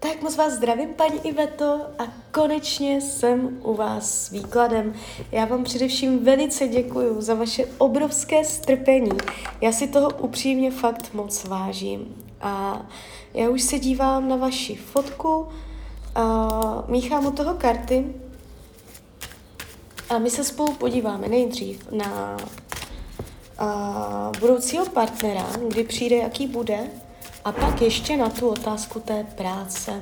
Tak moc vás zdravím, paní Iveto, a konečně jsem u vás s výkladem. Já vám především velice děkuju za vaše obrovské strpení. Já si toho upřímně fakt moc vážím. A já už se dívám na vaši fotku, míchám u toho karty a my se spolu podíváme nejdřív na budoucího partnera, kdy přijde, jaký bude, a pak ještě na tu otázku té práce.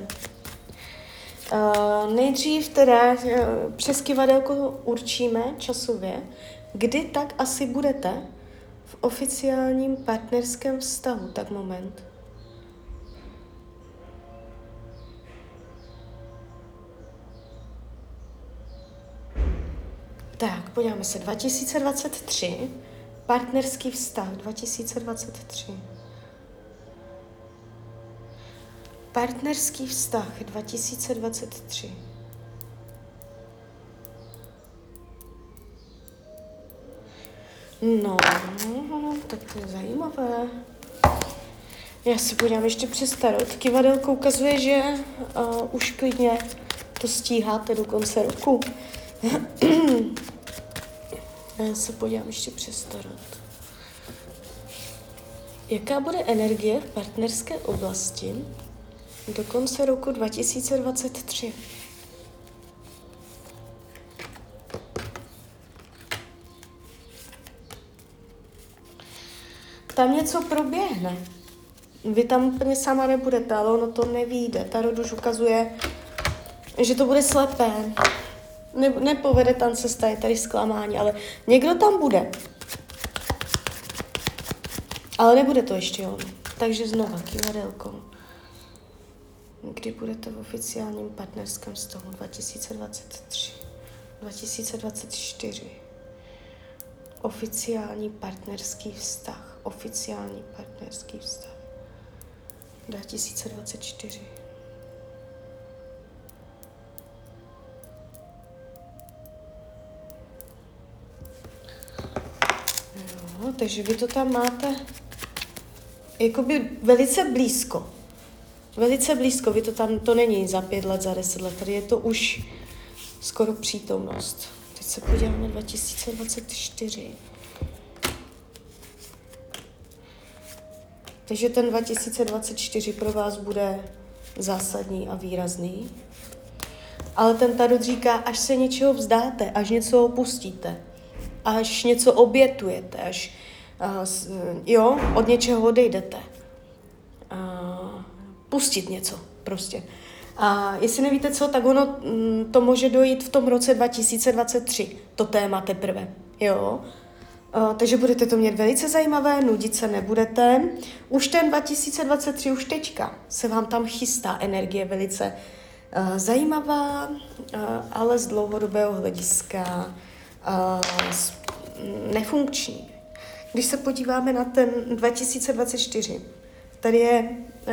Nejdřív teda přes kyvadelko určíme časově, kdy tak asi budete v oficiálním partnerském vztahu. Tak moment. Tak, podíváme se. 2023, partnerský vztah 2023. Partnerský vztah 2023. No, tak to je zajímavé. Já se podívám ještě přes tarot. Kyvadelko ukazuje, že už klidně to stíháte do konce roku. Já se podívám ještě přes tarot. Jaká bude energie v partnerské oblasti do konce roku 2023? Tam něco proběhne. Vy tam úplně sama nebudete, ale ono to nevyjde. Tarot už ukazuje, že to bude slepé. Nepovede tam cesta, je tady zklamání, ale někdo tam bude. Ale nebude to ještě on. Takže znova, kyvadelko. Kdy budete v oficiálním partnerském vztahu 2023, 2024. Oficiální partnerský vztah. Oficiální partnerský vztah. 2024. No, takže vy to tam máte jakoby velice blízko. Velice blízko, vy to tam, to není za 5 let, za 10 let, tady je to už skoro přítomnost. Teď se podíváme 2024. Takže ten 2024 pro vás bude zásadní a výrazný. Ale ten tarot říká, až se něčeho vzdáte, až něco opustíte, až něco obětujete, až od něčeho odejdete. Pustit něco prostě. A jestli nevíte co, tak ono to může dojít v tom roce 2023, to téma teprve, jo. Takže budete to mít velice zajímavé, nudit se nebudete. Už ten 2023, už teďka se vám tam chystá energie velice zajímavá, ale z dlouhodobého hlediska nefunkční. Když se podíváme na ten 2024, tady je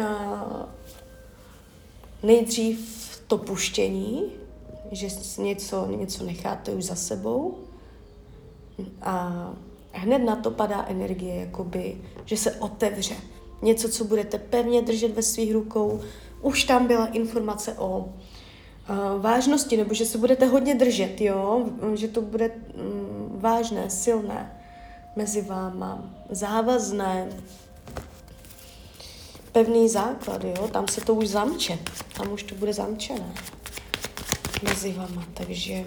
nejdřív to puštění, že něco necháte už za sebou, a hned na to padá energie, jakoby, že se otevře. Něco, co budete pevně držet ve svých rukou. Už tam byla informace o vážnosti, nebo že se budete hodně držet, jo? Že to bude vážné, silné mezi váma, závazné, pevný základ, jo? Tam se to už zamče, tam už to bude zamčené mezi váma, takže...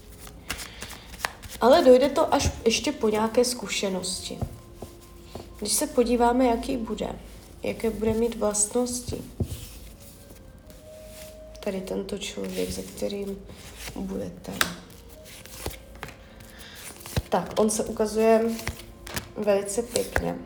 Ale dojde to až ještě po nějaké zkušenosti. Když se podíváme, jaký bude, jaké bude mít vlastnosti tady tento člověk, se kterým budete. Tak, on se ukazuje velice pěkně.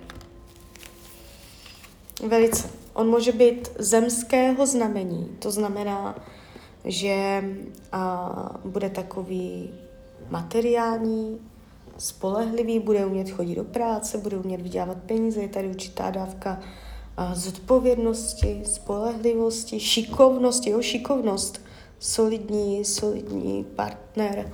Velice. On může být zemského znamení, to znamená, že bude takový materiální, spolehlivý, bude umět chodit do práce, bude umět vydělávat peníze, je tady určitá dávka zodpovědnosti, spolehlivosti, šikovnosti, šikovnost, solidní partner.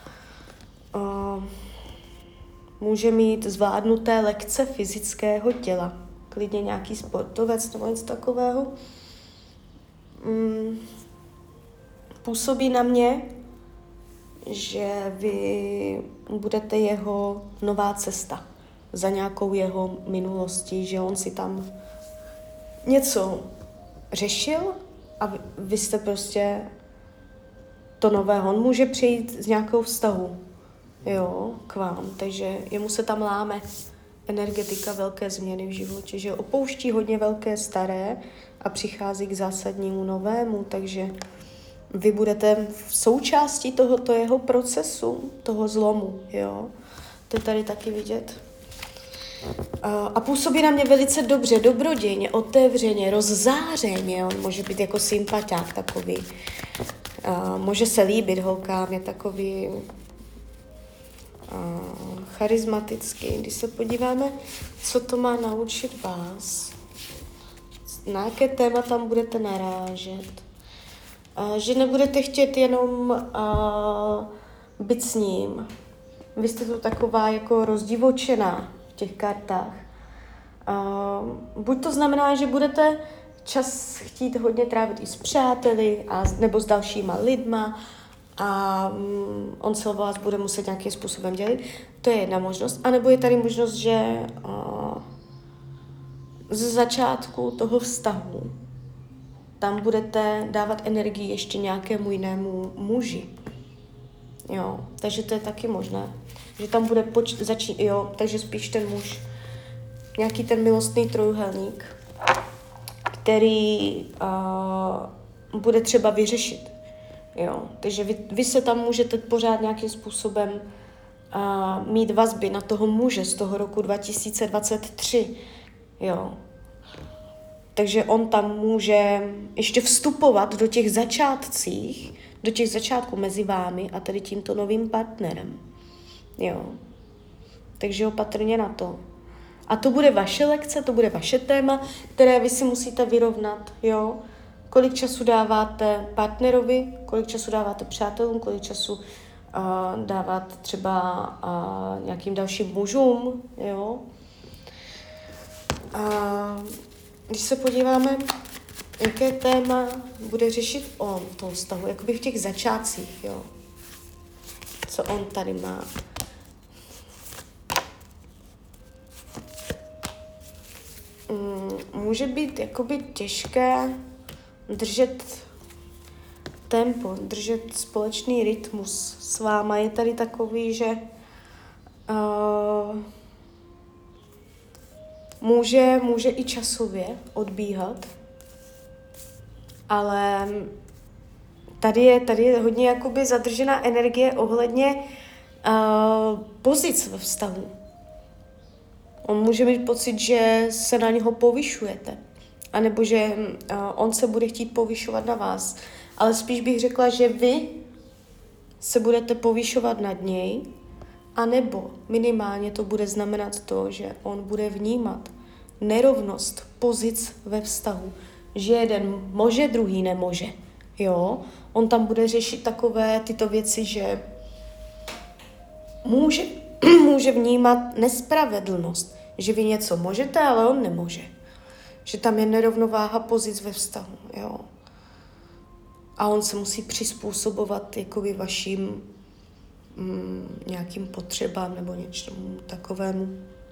Může mít zvládnuté lekce fyzického těla, klidně nějaký sportovec nebo něco takového. působí na mě, že vy budete jeho nová cesta za nějakou jeho minulostí, že on si tam něco řešil a vy jste prostě to nového. On může přijít z nějakého vztahu, jo, k vám, takže jemu se tam láme energetika velké změny v životě, že opouští hodně velké staré a přichází k zásadnímu novému, takže vy budete v součástí tohoto jeho procesu, toho zlomu, jo. To je tady taky vidět. A působí na mě velice dobře, dobrodějně, otevřeně, rozzářeně. On může být jako sympatiák takový. Může se líbit holkám, je takový charismatický. Když se podíváme, co to má naučit vás, na jaké téma tam budete narážet, že nebudete chtět jenom být s ním. Vy jste tu taková jako rozdivočená v těch kartách. Buď to znamená, že budete čas chtít hodně trávit i s přáteli nebo s dalšíma lidma a on se o vás bude muset nějakým způsobem dělit. To je jedna možnost. A nebo je tady možnost, že ze začátku toho vztahu tam budete dávat energii ještě nějakému jinému muži. Jo, takže to je taky možné. Že tam bude takže spíš ten muž, nějaký ten milostný trojúhelník, který bude třeba vyřešit. Jo, takže vy se tam můžete pořád nějakým způsobem mít vazby na toho muže z toho roku 2023. Jo. Takže on tam může ještě vstupovat do těch začátků mezi vámi a tady tímto novým partnerem. Jo. Takže opatrně na to. A to bude vaše lekce, to bude vaše téma, které vy si musíte vyrovnat, jo. Kolik času dáváte partnerovi, kolik času dáváte přátelům, kolik času dáváte třeba nějakým dalším mužům, jo. Když se podíváme, jaké téma bude řešit on v tom vztahu, jakoby v těch začátcích, jo. Co on tady má. Může být jakoby těžké držet tempo, držet společný rytmus s váma. Je tady takový, že může i časově odbíhat, ale tady je hodně jakoby zadržená energie ohledně pozic ve vztahu. On může mít pocit, že se na něho povyšujete, anebo že on se bude chtít povyšovat na vás. Ale spíš bych řekla, že vy se budete povyšovat nad něj, anebo minimálně to bude znamenat to, že on bude vnímat nerovnost pozic ve vztahu, že jeden může, druhý nemůže. Jo? On tam bude řešit takové tyto věci, že může vnímat nespravedlnost, že vy něco můžete, ale on nemůže. Že tam je nerovnováha pozic ve vztahu. Jo? A on se musí přizpůsobovat jakoby vašim nějakým potřebám nebo něčemu takovému.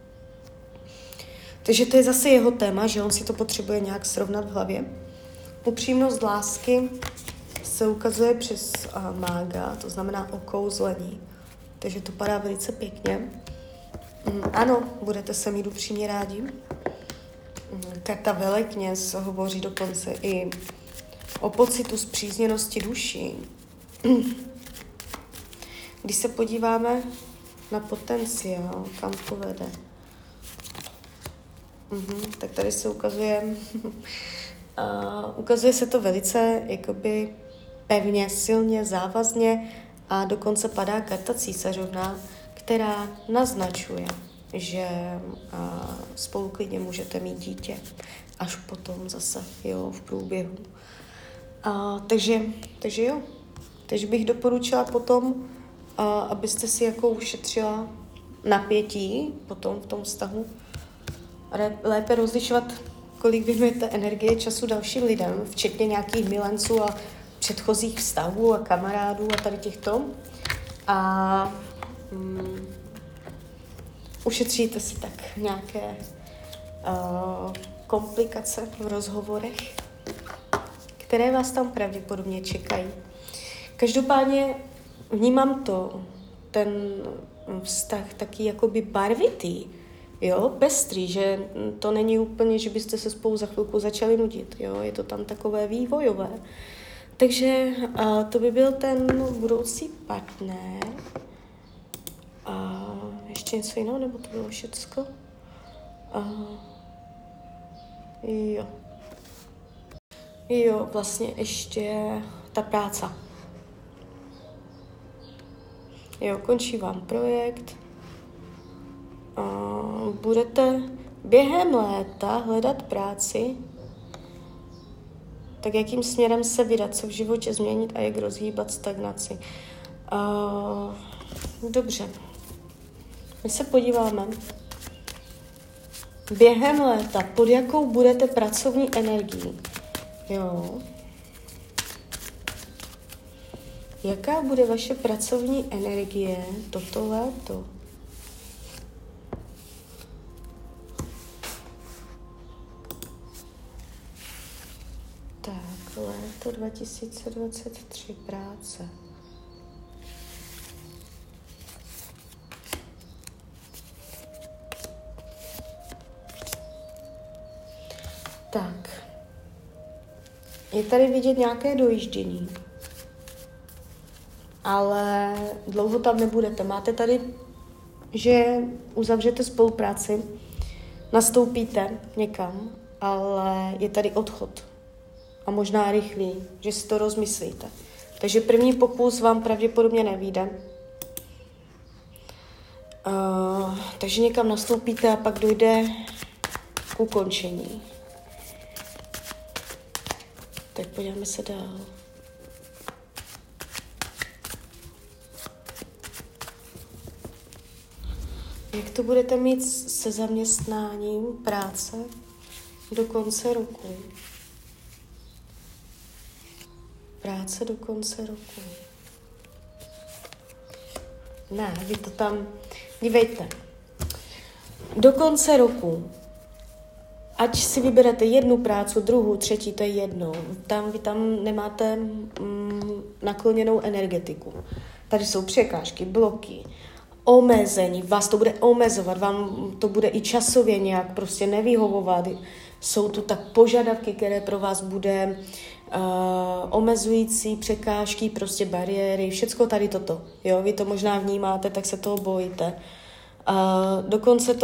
Takže to je zase jeho téma, že on si to potřebuje nějak srovnat v hlavě. Upřímnost lásky se ukazuje přes mága, to znamená okouzlení. Takže to padá velice pěkně. Ano, budete se mít upřímně rádi. Karta Velekněz hovoří dokonce i o pocitu spřízněnosti duší. Když se podíváme na potenciál, kam povede, tak tady se ukazuje se to velice jakoby pevně, silně, závazně a dokonce padá karta císařovna, která naznačuje, že spolu klidně můžete mít dítě až potom zase, jo, v průběhu. Takže jo. Takže bych doporučila potom, abyste si jako ušetřila napětí potom v tom vztahu. Lépe rozlišovat, kolik věnujete energie, času dalším lidem, včetně nějakých milenců a předchozích vztahů a kamarádů a tady těchto. A ušetříte si tak nějaké komplikace v rozhovorech, které vás tam pravděpodobně čekají. Každopádně vnímám ten vztah taky jakoby barvitý, jo, pestrý, že to není úplně, že byste se spolu za chvilku začali nudit, jo, je to tam takové vývojové. Takže to by byl ten budoucí partner. A ještě něco jiného, nebo to bylo všecko? Jo, vlastně ještě ta práce. Jo, končí vám projekt. Budete během léta hledat práci, tak jakým směrem se vydat, co v životě změnit a jak rozhýbat stagnaci. Dobře. My se podíváme. Během léta, pod jakou budete pracovní energií? Jo. Jaká bude vaše pracovní energie toto léto? Tak, léto 2023, práce. Tak. Je tady vidět nějaké dojíždění, ale dlouho tam nebudete. Máte tady, že uzavřete spolupráci, nastoupíte někam, ale je tady odchod. A možná rychlý, že si to rozmyslíte. Takže první pokus vám pravděpodobně nevyjde. Takže někam nastoupíte a pak dojde k ukončení. Tak podíváme se dál. Jak to budete mít se zaměstnáním práce do konce roku? Práce do konce roku. Ne, vy to tam... Dívejte. Do konce roku, ať si vyberete jednu práci, druhou, třetí, to je jedno. Vy tam nemáte nakloněnou energetiku. Tady jsou překážky, bloky, omezení. Vás to bude omezovat, vám to bude i časově nějak prostě nevyhovovat. Jsou tu tak požadavky, které pro vás bude omezující, překážky, prostě bariéry, všecko tady toto. Jo, vy to možná vnímáte, tak se toho bojíte. Do konce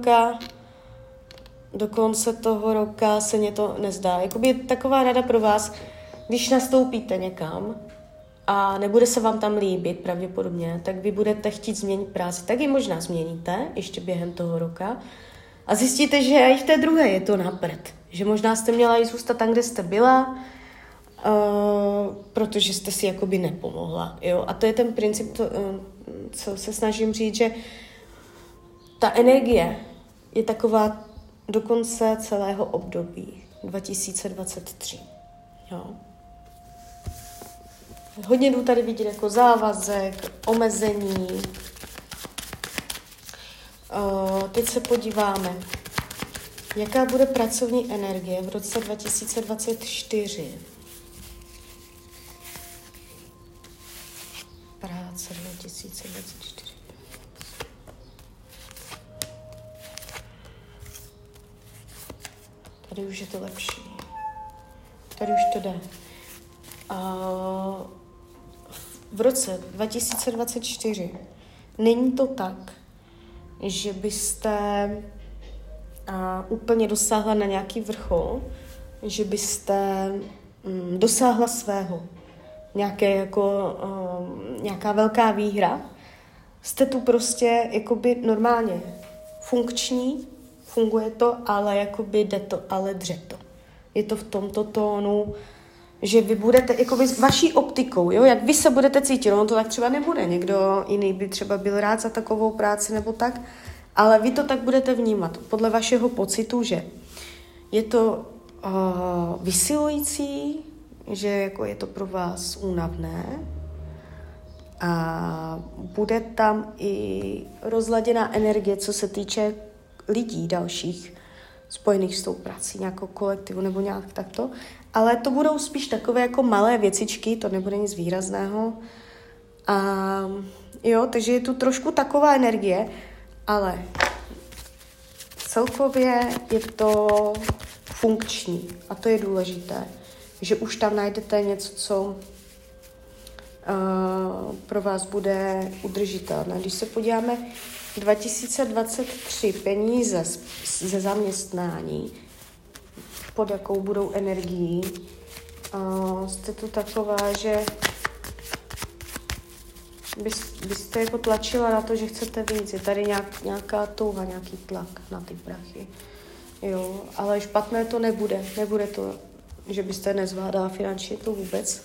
toho roka se mě to nezdá. Jakoby taková rada pro vás, když nastoupíte někam a nebude se vám tam líbit pravděpodobně, tak vy budete chtít změnit práci. Tak ji možná změníte ještě během toho roka a zjistíte, že i v té druhé je to na prd. Že možná jste měla i zůstat tam, kde jste byla, protože jste si jakoby nepomohla. Jo? A to je ten princip, co se snažím říct, že ta energie je taková do konce celého období 2023. Jo? Hodně jdu tady vidět jako závazek, omezení. Teď se podíváme, jaká bude pracovní energie v roce 2024. Práce 2024. Tady už je to lepší. Tady už to jde. V roce 2024 není to tak, že byste úplně dosáhla na nějaký vrchol, že byste dosáhla svého. Nějaká velká výhra. Jste tu prostě jakoby normálně funkční, funguje to, ale jakoby jde to, ale dře to. Je to v tomto tónu, že vy budete jakoby s vaší optikou, jo, jak vy se budete cítit, no to tak třeba nebude, někdo jiný by třeba byl rád za takovou práci nebo tak, ale vy to tak budete vnímat podle vašeho pocitu, že je to vysilující, že jako je to pro vás únavné a bude tam i rozladěná energie, co se týče lidí dalších spojených s tou prací, nějakou kolektivu nebo nějak takto, ale to budou spíš takové jako malé věcičky, to nebude nic výrazného. A jo, takže je tu trošku taková energie, ale celkově je to funkční a to je důležité, že už tam najdete něco, co pro vás bude udržitelné. Když se podíváme 2023 peníze ze zaměstnání, pod jakou budou energií, jste tu taková, že byste jako tlačila na to, že chcete víc. Je tady nějaká touha, nějaký tlak na ty prachy. Jo, ale špatné to nebude. Nebude to, že byste nezvládala finančně, to vůbec.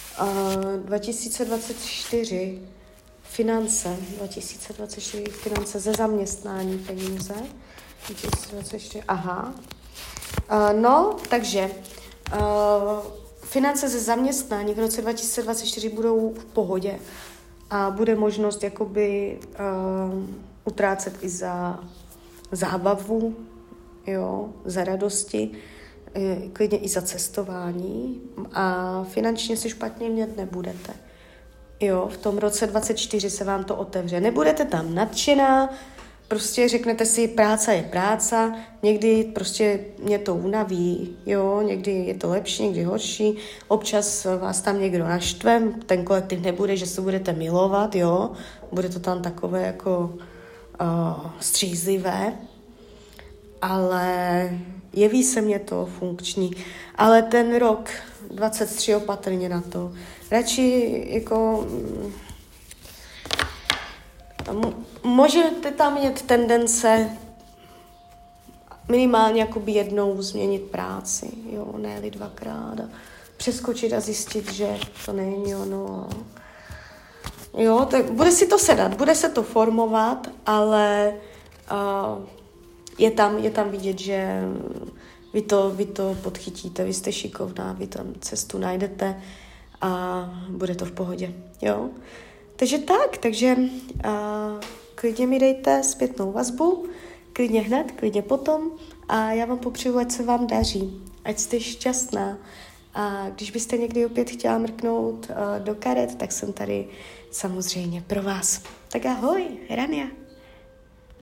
2024 finance ze zaměstnání peníze. 2024, no, takže finance ze zaměstnání v roce 2024 budou v pohodě a bude možnost jakoby utrácet i za zábavu, jo, za radosti, klidně i za cestování a finančně si špatně mět nebudete. Jo, v tom roce 2024 se vám to otevře. Nebudete tam nadšená, prostě řeknete si, práce je práce, někdy prostě mě to unaví, jo, někdy je to lepší, někdy horší, občas vás tam někdo naštve, ten kolektiv nebude, že se budete milovat, jo, bude to tam takové jako střízlivé, ale jeví se mně to funkční, ale ten rok 23 opatrně na to. Radši jako můžete tam mít tendence minimálně jakoby jednou změnit práci, jo, ne-li dvakrát a přeskočit a zjistit, že to není ono. Jo, tak bude si to sedat, bude se to formovat, ale je tam vidět, že vy to podchytíte, vy jste šikovná, vy tam cestu najdete a bude to v pohodě, jo. Takže klidně mi dejte zpětnou vazbu, klidně hned, klidně potom a já vám popřeju, ať se vám daří, ať jste šťastná a když byste někdy opět chtěla mrknout do karet, tak jsem tady samozřejmě pro vás. Tak ahoj, Rania.